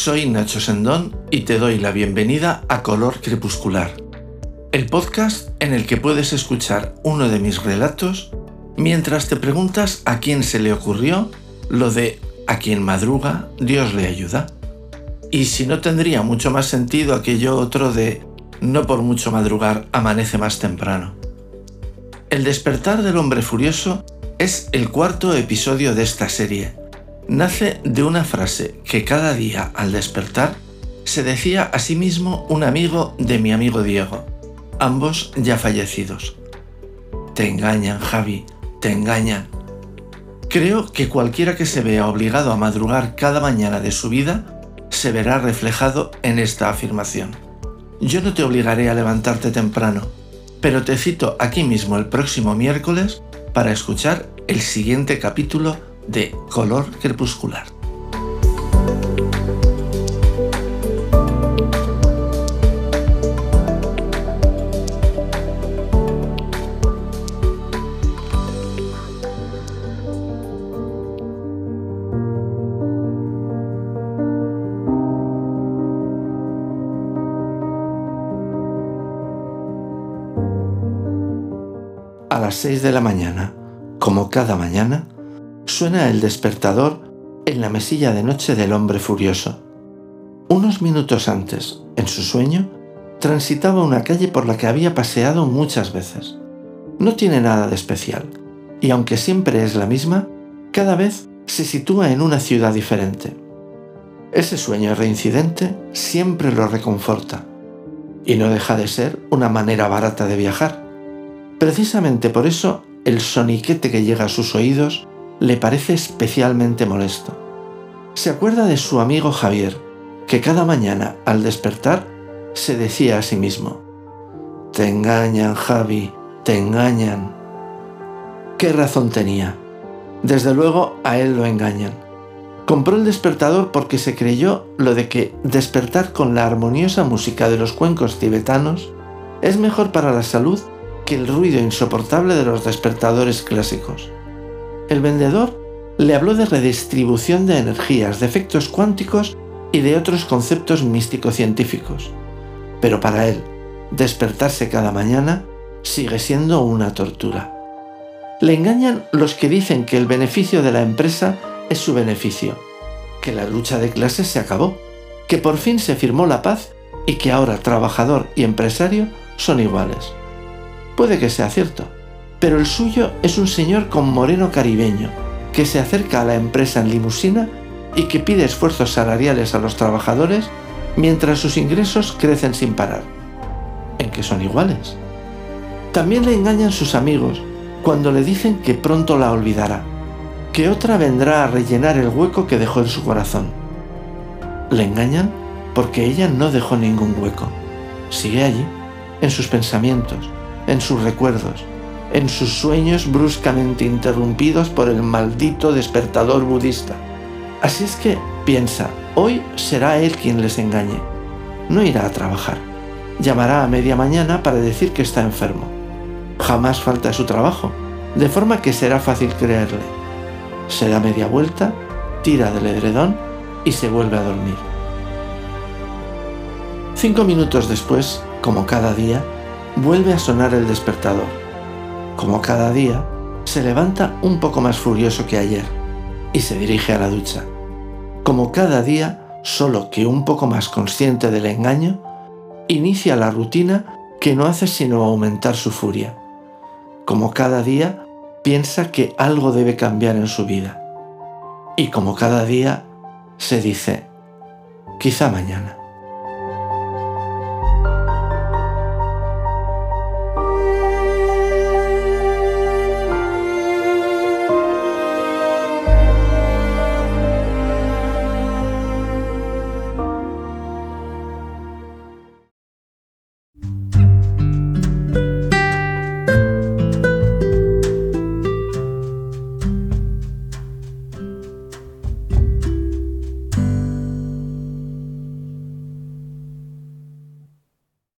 Soy Nacho Sendón y te doy la bienvenida a Color Crepuscular, el podcast en el que puedes escuchar uno de mis relatos mientras te preguntas a quién se le ocurrió lo de a quien madruga, Dios le ayuda. Y si no, tendría mucho más sentido aquello otro de no por mucho madrugar amanece más temprano. El despertar del hombre furioso es el cuarto episodio de esta serie. Nace de una frase que cada día al despertar se decía a sí mismo un amigo de mi amigo Diego, ambos ya fallecidos. Te engañan, Javi, te engañan. Creo que cualquiera que se vea obligado a madrugar cada mañana de su vida se verá reflejado en esta afirmación. Yo no te obligaré a levantarte temprano, pero te cito aquí mismo el próximo miércoles para escuchar el siguiente capítulo de Color Crepuscular. A las 6 de la mañana, como cada mañana, suena el despertador en la mesilla de noche del hombre furioso. Unos minutos antes, en su sueño, transitaba una calle por la que había paseado muchas veces. No tiene nada de especial, y aunque siempre es la misma, cada vez se sitúa en una ciudad diferente. Ese sueño reincidente siempre lo reconforta, y no deja de ser una manera barata de viajar. Precisamente por eso, el soniquete que llega a sus oídos le parece especialmente molesto. Se acuerda de su amigo Javier, que cada mañana, al despertar, se decía a sí mismo: «Te engañan, Javi, te engañan». ¿Qué razón tenía? Desde luego, a él lo engañan. Compró el despertador porque se creyó lo de que despertar con la armoniosa música de los cuencos tibetanos es mejor para la salud que el ruido insoportable de los despertadores clásicos. El vendedor le habló de redistribución de energías, de efectos cuánticos y de otros conceptos místico-científicos. Pero para él, despertarse cada mañana sigue siendo una tortura. Le engañan los que dicen que el beneficio de la empresa es su beneficio, que la lucha de clases se acabó, que por fin se firmó la paz y que ahora trabajador y empresario son iguales. Puede que sea cierto, pero el suyo es un señor con moreno caribeño que se acerca a la empresa en limusina y que pide esfuerzos salariales a los trabajadores mientras sus ingresos crecen sin parar. ¿En qué son iguales? También le engañan sus amigos cuando le dicen que pronto la olvidará, que otra vendrá a rellenar el hueco que dejó en su corazón. Le engañan porque ella no dejó ningún hueco. Sigue allí, en sus pensamientos, en sus recuerdos, en sus sueños bruscamente interrumpidos por el maldito despertador budista. Así es que piensa, hoy será él quien les engañe. No irá a trabajar. Llamará a media mañana para decir que está enfermo. Jamás falta a su trabajo, de forma que será fácil creerle. Se da media vuelta, tira del edredón y se vuelve a dormir. 5 minutos después, como cada día, vuelve a sonar el despertador. Como cada día, se levanta un poco más furioso que ayer y se dirige a la ducha. Como cada día, solo que un poco más consciente del engaño, inicia la rutina que no hace sino aumentar su furia. Como cada día, piensa que algo debe cambiar en su vida. Y como cada día, se dice: quizá mañana.